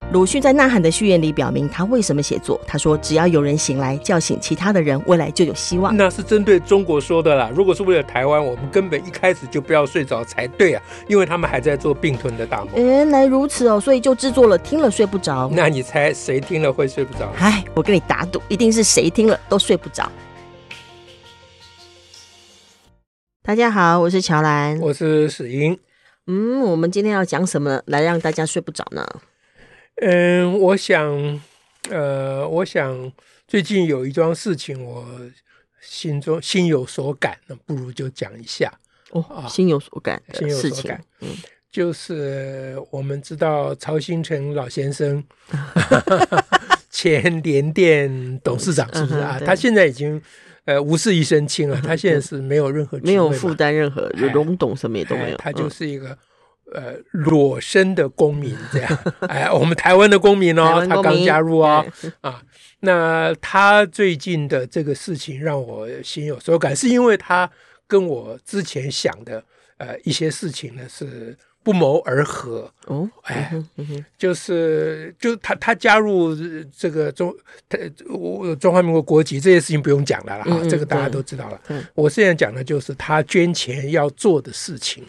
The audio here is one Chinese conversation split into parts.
鲁迅在《呐喊》的序言里表明他为什么写作，他说只要有人醒来叫醒其他的人，未来就有希望。 那是针对中国说的啦，如果是为了台湾，我们根本一开始就不要睡着才对啊，因为他们还在做并吞的大梦。 原来如此哦，所以就制作了听了睡不着。 那你猜谁听了会睡不着？ 哎，我跟你打赌，一定是谁听了都睡不着。大家好，我是乔兰， 我是史英。 我们今天要讲什么来让大家睡不着呢？ 我想最近有一桩事情，我心有所感，那不如就讲一下。 心有所感的事情， 就是我们知道曹兴诚老先生，前联电董事长，是不是啊？他现在已经无事一身轻了，他现在是没有任何职位， 没有负担任何荣董，什么也都没有， 他就是一个。裸身的公民这样，我们台湾的公民哦，他刚加入哦，那他最近的这个事情让我心有所感，是因为他跟我之前想的一些事情呢是不谋而合就他加入这个中华民国国籍这些事情不用讲了啦，这个大家都知道了。我现在讲的就是他捐钱要做的事情。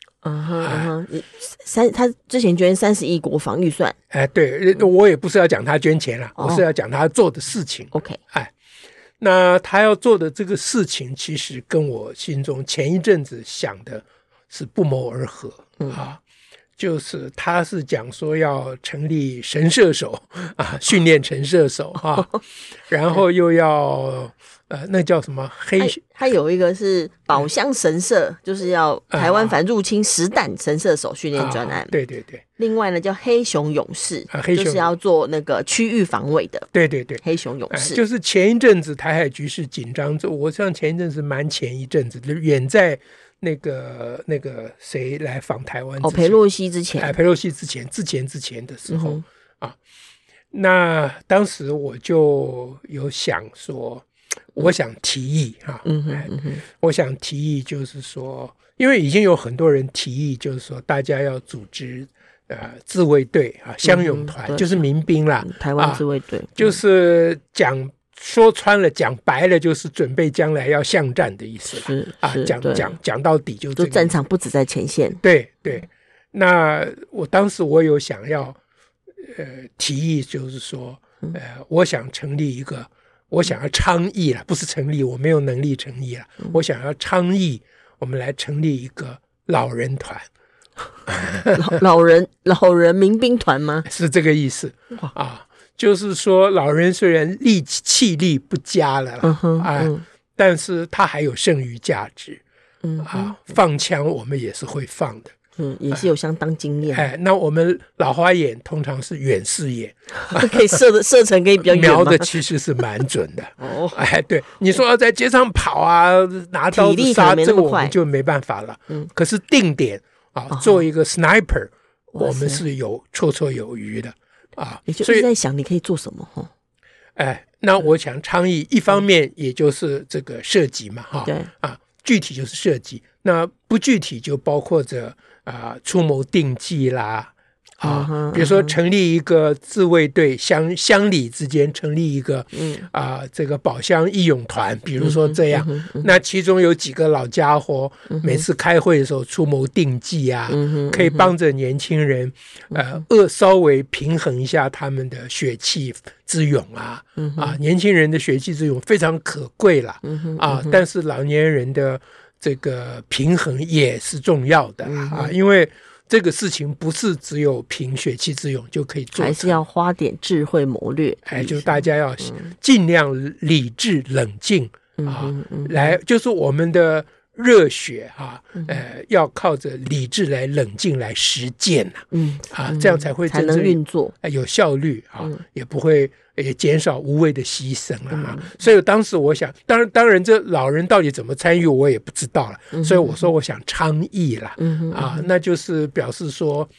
他之前捐30亿国防预算， 对，我也不是要讲他捐钱啦，我是要讲他做的事情。 OK， 那他要做的这个事情，其实跟我心中前一阵子想的是不谋而合就是他是讲说要成立神射手训练神射手然后又要那叫什么他有一个是宝箱神射，就是要台湾反入侵实弹神射手训练专案。 对对对。 另外呢叫黑熊勇士，就是要做那个区域防卫的。 对对对， 黑熊勇士就是前一阵子台海局势紧张，我像前一阵子蛮前一阵子，远在那个谁来访台湾裴洛西之前， 裴洛西之前的时候那当时我就有想说，我想提议我想提议就是说，因为已经有很多人提议，就是说大家要组织自卫队乡勇团，就是民兵啦， 台湾自卫队， 就是说穿了讲白了，就是准备将来要巷战的意思讲到底就战场不止在前线。 对对，那当时我有想要提议，就是说我想成立一个，我想要倡议啦，不是成立，我没有能力成立啦，我想要倡议我们来成立一个老人团。 老人民兵团吗？ 是这个意思就是说老人虽然气力不佳了但是他还有剩余价值放枪我们也是会放的， 也是有相当经验那我们老花眼通常是远视眼可以射程可以比较远吗？ 瞄的其实是蛮准的对，你说要在街上跑拿刀子杀，这个我们就没办法了可是定点做一个 sniper 我们是有绰绰有余的你就一直在想你可以做什么那我想倡议一方面也就是这个射击嘛对具体就是射击，那不具体就包括着出谋定计啦比如说成立一个自卫队，乡里之间成立一个这个保乡义勇团，比如说这样那其中有几个老家伙每次开会的时候出谋定计可以帮着年轻人稍微平衡一下他们的血气之勇年轻人的血气之勇非常可贵啦但是老年人的这个平衡也是重要的因为这个事情不是只有凭血气之勇就可以做成， 还是要花点智慧谋略就大家要尽量理智冷静来就是我们的热血要靠着理智来冷静来实践这样才会真正才能运作有效率也不会也减少无谓的牺牲了所以当时我想当然这老人到底怎么参与我也不知道了所以我说我想倡议了那就是表示说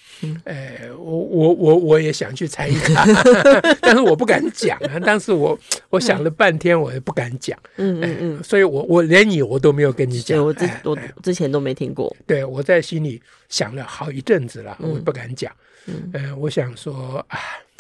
我也想去参与但是我不敢讲但是我想了半天我也不敢讲所以我连我都没有跟你讲， 我之前都没听过， 对，我在心里想了好一阵子了我不敢讲我想说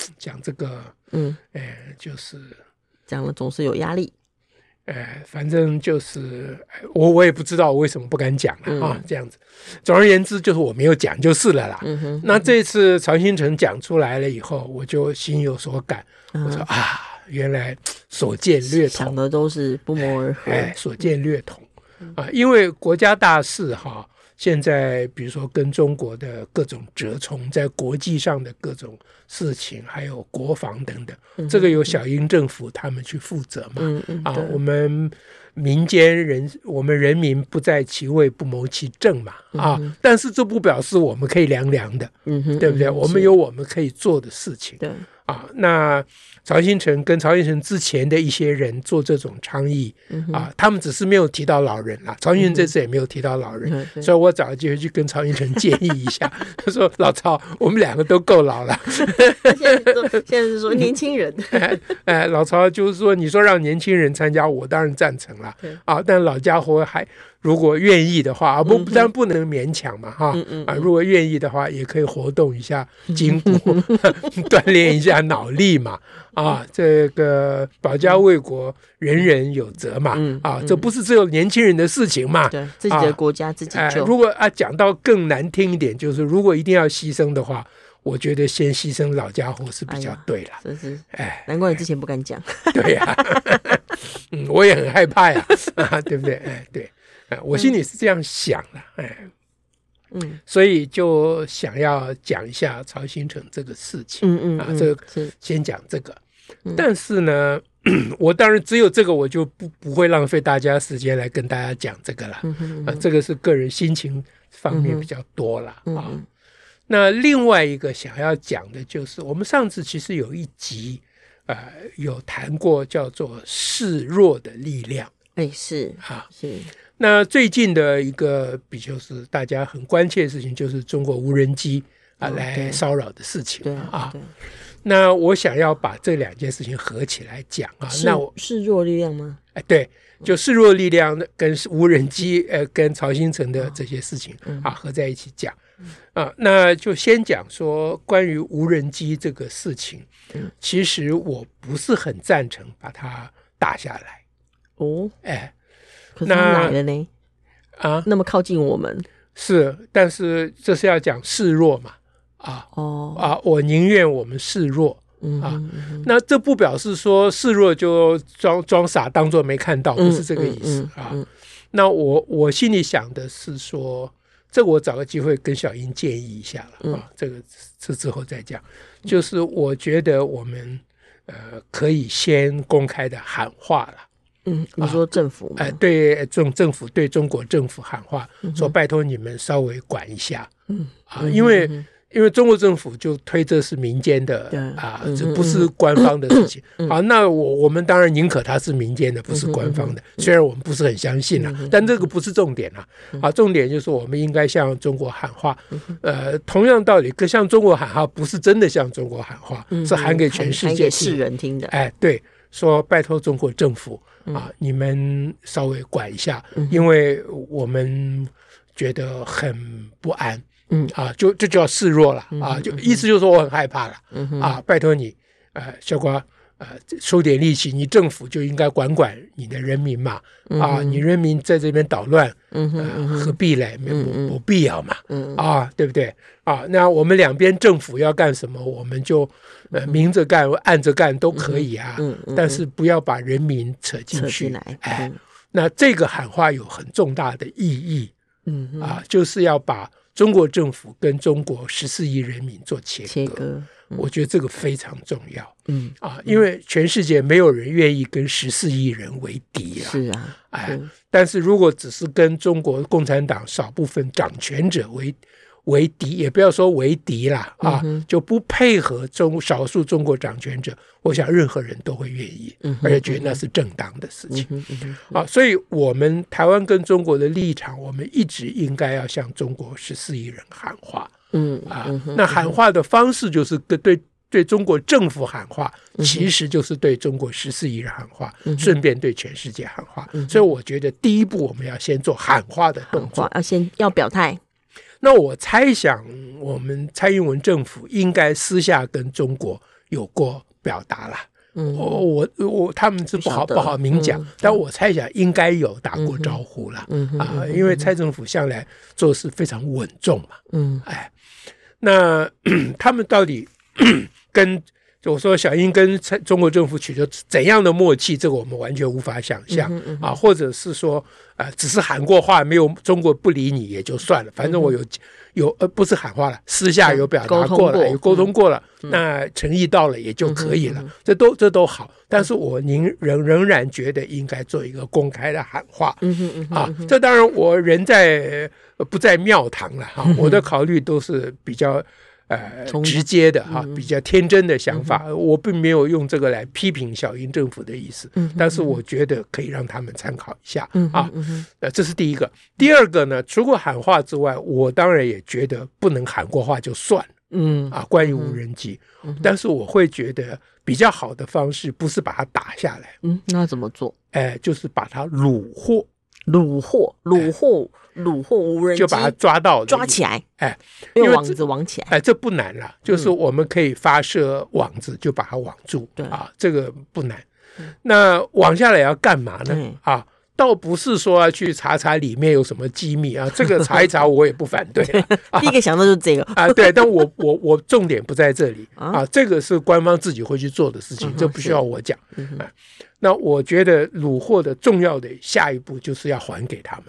讲这个，就是讲了总是有压力。 反正就是我也不知道我为什么不敢讲了啊，这样子。总而言之，就是我没有讲就是了啦。那这次曹兴诚讲出来了以后，我就心有所感。我说啊，原来所见略同， 想的都是不谋而合。 所见略同啊，因为国家大事哈。现在比如说跟中国的各种折冲，在国际上的各种事情，还有国防等等，这个由小英政府他们去负责嘛。我们民间人，我们人民不在其位不谋其政嘛。但是这不表示我们可以凉凉的，对不对？我们有我们可以做的事情。 对。 那曹兴诚跟曹兴诚之前的一些人做这种倡议他们只是没有提到老人啦。曹兴诚这次也没有提到老人，所以我找个机会去跟曹兴诚建议一下，他说老曹，我们两个都够老了。 现在是说年轻人。 老曹就是说，你说让年轻人参加，我当然赞成了但老家伙还如果愿意的话，当然不能勉强嘛如果愿意的话，也可以活动一下筋骨，锻炼一下脑力嘛这个保家卫国，人人有责嘛这不是只有年轻人的事情嘛， 对自己的国家自己救。 如果讲到更难听一点，就是如果一定要牺牲的话，我觉得先牺牲老家伙是比较对了。 真是难怪你之前不敢讲。 对呀我也很害怕呀对不对？对。我心里是这样想的，所以就想要讲一下曹兴诚这个事情，这个先讲这个。但是呢，我当然只有这个，我就不会浪费大家时间来跟大家讲这个了，这个是个人心情方面比较多了那另外一个想要讲的就是，我们上次其实有一集有谈过叫做示弱的力量。 是。 那最近的一个就是大家很关切的事情，就是中国无人机来骚扰的事情那我想要把这两件事情合起来讲那示弱力量吗？ 对，就示弱力量跟无人机跟曹兴诚的这些事情合在一起讲那就先讲说关于无人机这个事情其实我不是很赞成把它打下来可是他来了呢那么靠近我们是，但是这是要讲示弱嘛我宁愿我们示弱那这不表示说示弱就装傻当作没看到，不是这个意思那我心里想的是说，这个我找个机会跟小英建议一下了这个是之后再讲。就是我觉得我们可以先公开的喊话了你说政府吗？ 对政府对中国政府喊话说拜托你们稍微管一下因为中国政府就推这是民间的这不是官方的事情那我们当然宁可它是民间的，不是官方的虽然我们不是很相信但这个不是重点重点就是我们应该向中国喊话同样道理向中国喊话不是真的向中国喊话是喊给全世界听， 世人听的对，说拜托中国政府你们稍微管一下因为我们觉得很不安就要示弱了就意思就是说我很害怕了拜托你小瓜收点力气，你政府就应该管你的人民嘛你人民在这边捣乱何必嘞？不必要嘛对不对那我们两边政府要干什么我们就明着干暗着干都可以但是不要把人民扯进去那这个喊话有很重大的意义就是要把中国政府跟中国14亿人民做切割我觉得这个非常重要因为全世界没有人愿意跟14亿人为敌是但是如果只是跟中国共产党少部分掌权者为敌，也不要说为敌啦就不配合少数中国掌权者，我想任何人都会愿意而且觉得那是正当的事情所以我们台湾跟中国的立场，我们一直应该要向中国14亿人喊话那喊话的方式就是对中国政府喊话其实就是对中国14亿人喊话顺便对全世界喊话所以我觉得第一步我们要先做喊话的动作要表态那我猜想我们蔡英文政府应该私下跟中国有过表达啦。他们是不好明讲，但我猜想应该有打过招呼啦。因为蔡政府向来做事非常稳重嘛。那他们到底跟我说小英跟中国政府取得怎样的默契，这个我们完全无法想象。或者是说只是喊过话，没有中国不理你也就算了，反正我不是喊话了，私下有表达过了，有沟通过了，那诚意到了也就可以了，这都好。但是我仍然觉得应该做一个公开的喊话。这当然我人不在庙堂了我的考虑都是比较直接的比较天真的想法，我并没有用这个来批评小英政府的意思，但是我觉得可以让他们参考一下这是第一个。第二个呢，除了喊话之外，我当然也觉得不能喊过话就算了关于无人机但是我会觉得比较好的方式不是把它打下来那怎么做？ 就是把它虏获无人机，就把它抓起来用网子网起来这不难了，就是我们可以发射网子就把它网住这个不难。那网下来要干嘛呢倒不是说要去查里面有什么机密这个查一查我也不反对第一个想到就是这个对，但我重点不在这里这个是官方自己会去做的事情，这不需要我讲那我觉得虏获的重要的下一步就是要还给他们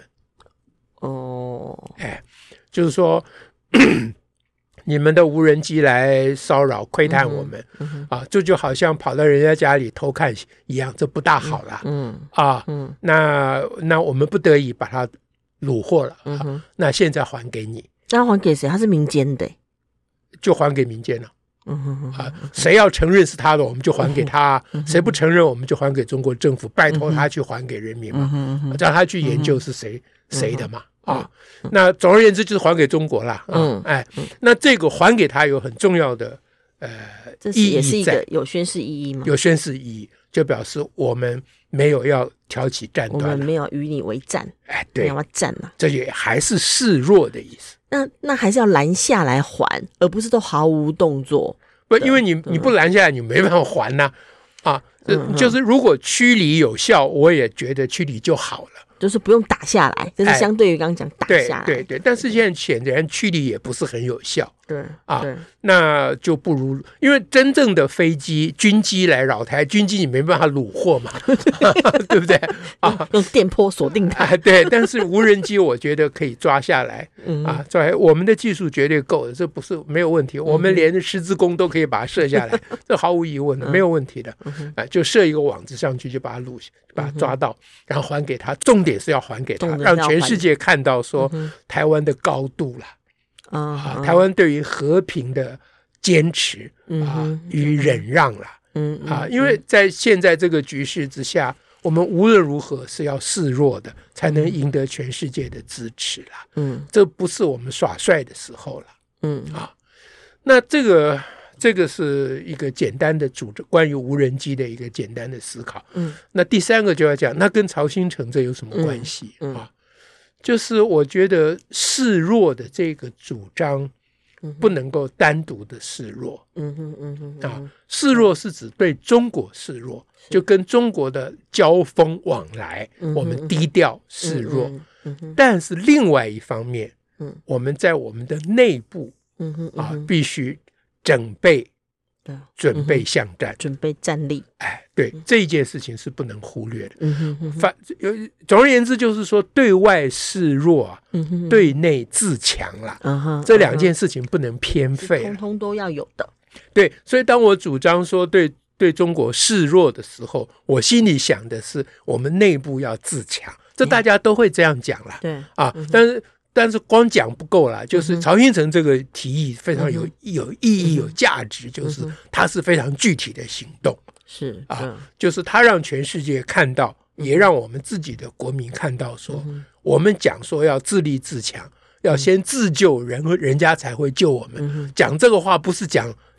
就是说你们的无人机来骚扰窥探我们这就好像跑到人家家里偷看一样，这不大好啦那我们不得已把它虏获了那现在还给你， 那还给谁？他是民间的就还给民间了谁要承认是他的我们就还给他谁不承认我们就还给中国政府，拜托他去还给人民嘛让他去研究是谁的嘛那总而言之就是还给中国啦那这个还给他有很重要的这是也是一个有宣示意义吗？ 有宣示意义，就表示我们没有要挑起战端， 我们没有与你为战对， 没有要战这也还是示弱的意思。 那还是要拦下来还，而不是都毫无动作不，因为你不拦下来你没办法还就是如果驱离有效，我也觉得驱离就好了， 就是不用打下来，这是相对于刚刚讲打下来对，但是现在显然驱离也不是很有效对那就不如，因为真正的飞机军机来扰台，军机你没办法虏获嘛对不对用电波锁定它对，但是无人机我觉得可以抓下来抓下来，我们的技术绝对够的，这不是没有问题，我们连狮子弓都可以把它射下来这毫无疑问的没有问题的就射一个网子上去就把它抓到然后还给他，重点是要还给他，让全世界看到说台湾的高度啦台湾对于和平的坚持与忍让啦因为在现在这个局势之下，我们无论如何是要示弱的，才能赢得全世界的支持啦这不是我们耍帅的时候了那这个是一个简单的关于无人机的一个简单的思考那第三个就要讲，那跟曹兴诚这有什么关系就是我觉得示弱的这个主张不能够单独的示弱示弱是指对中国示弱，就跟中国的交锋往来我们低调示弱但是另外一方面我们在我们的内部必须准备向战， 准备战力对，这一件事情是不能忽略的总而言之就是说，对外示弱对内自强啦这两件事情不能偏废通通都要有的对，所以当我主张说对中国示弱的时候，我心里想的是我们内部要自强，这大家都会这样讲啦对但是光讲不够啦，就是曹兴诚这个提议非常有意义有价值，就是它是非常具体的行动是就是他让全世界看到也让我们自己的国民看到说我们讲说要自立自强要先自救人家才会救我们讲这个话不是讲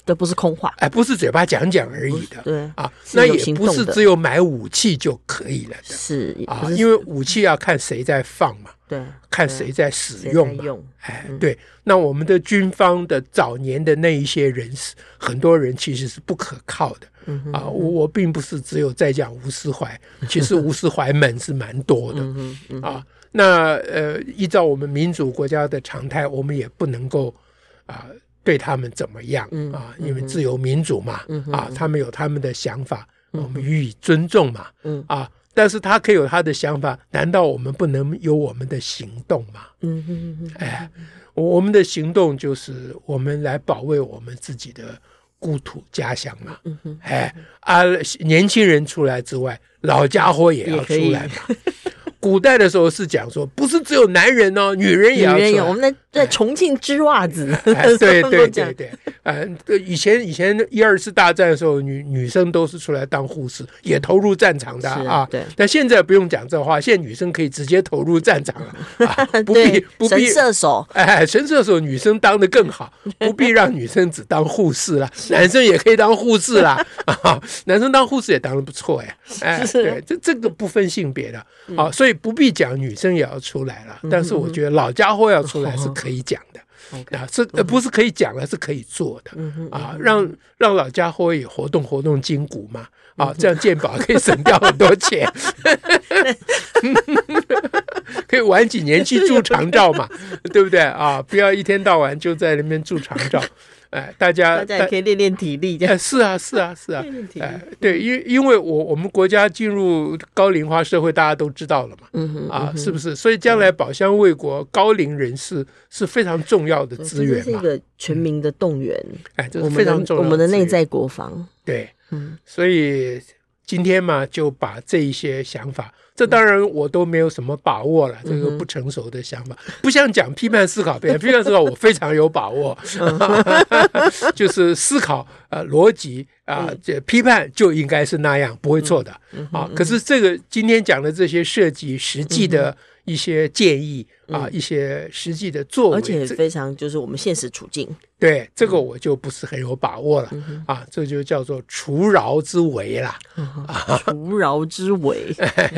这不是空话， 不是嘴巴讲讲而已的， 对啊，那也不是只有买武器就可以了的， 是啊，因为武器要看谁在放嘛， 对， 看谁在使用嘛，对，那我们的军方的早年的那一些人士，很多人其实是不可靠的。我并不是只有在讲吴思怀，其实吴思怀们是蛮多的啊。那依照我们民主国家的常态，我们也不能够对他们怎么样啊，因为自由民主嘛，他们有他们的想法，我们予以尊重嘛，但是他可以有他的想法，难道我们不能有我们的行动吗？我们的行动就是我们来保卫我们自己的故土家乡嘛，年轻人出来之外，老家伙也要出来嘛。古代的时候是讲说，不是只有男人哦，女人也要出来。 我们在重庆织袜子， 对，以前一二次大战的时候，女生都是出来当护士，也投入战场的啊。 对， 但现在不用讲这话，现在女生可以直接投入战场了啊，不必神射手， 神射手女生当得更好，不必让女生只当护士啦，男生也可以当护士啦啊，男生当护士也当得不错哎，对，这个不分性别的啊，所以不必讲女生也要出来了，但是我觉得老家伙要出来是可以讲的。不是可以讲了，是可以做的啊！让老家伙也活动筋骨嘛啊，这样健保可以省掉很多钱，可以晚几年去住长照嘛，对不对啊？不要一天到晚就在那边住长照。大家也可以练练体力， 是啊，对，因为我们国家进入高龄化社会，大家都知道了嘛，是不是？所以将来保乡卫国，高龄人士是非常重要的资源嘛， 这是一个全民的动员， 这是非常重要的， 我们的内在国防， 对，所以今天嘛，就把这一些想法。这当然我都没有什么把握了，这个不成熟的想法，不像讲批判思考，批判思考我非常有把握，就是思考逻辑这批判就应该是那样，不会错的啊。可是这个今天讲的这些设计实际的一些建议一些实际的作为， 而且非常就是我们现实处境。 对，这个我就不是很有把握了这就叫做除饶之为啦， 除饶之为，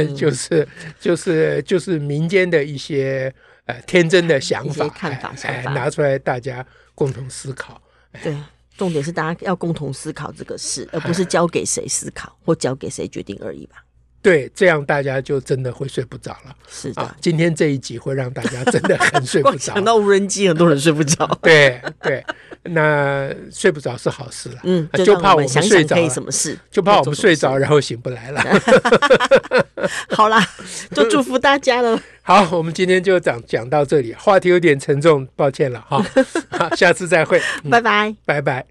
就是民间的一些天真的想法、 看法， 拿出来大家共同思考。 对，重点是大家要共同思考这个事，而不是交给谁思考或交给谁决定而已吧。 对，这样大家就真的会睡不着了。 是的， 今天这一集会让大家真的很睡不着。 想到无人机，很多人睡不着。 对，那睡不着是好事了。就怕我们睡着， 可以什么事？ 就怕我们睡着，然后醒不来了。 好啦，就祝福大家了。 好，我们今天就讲到这里，话题有点沉重，抱歉了哈。好，下次再会， 拜拜， 拜拜。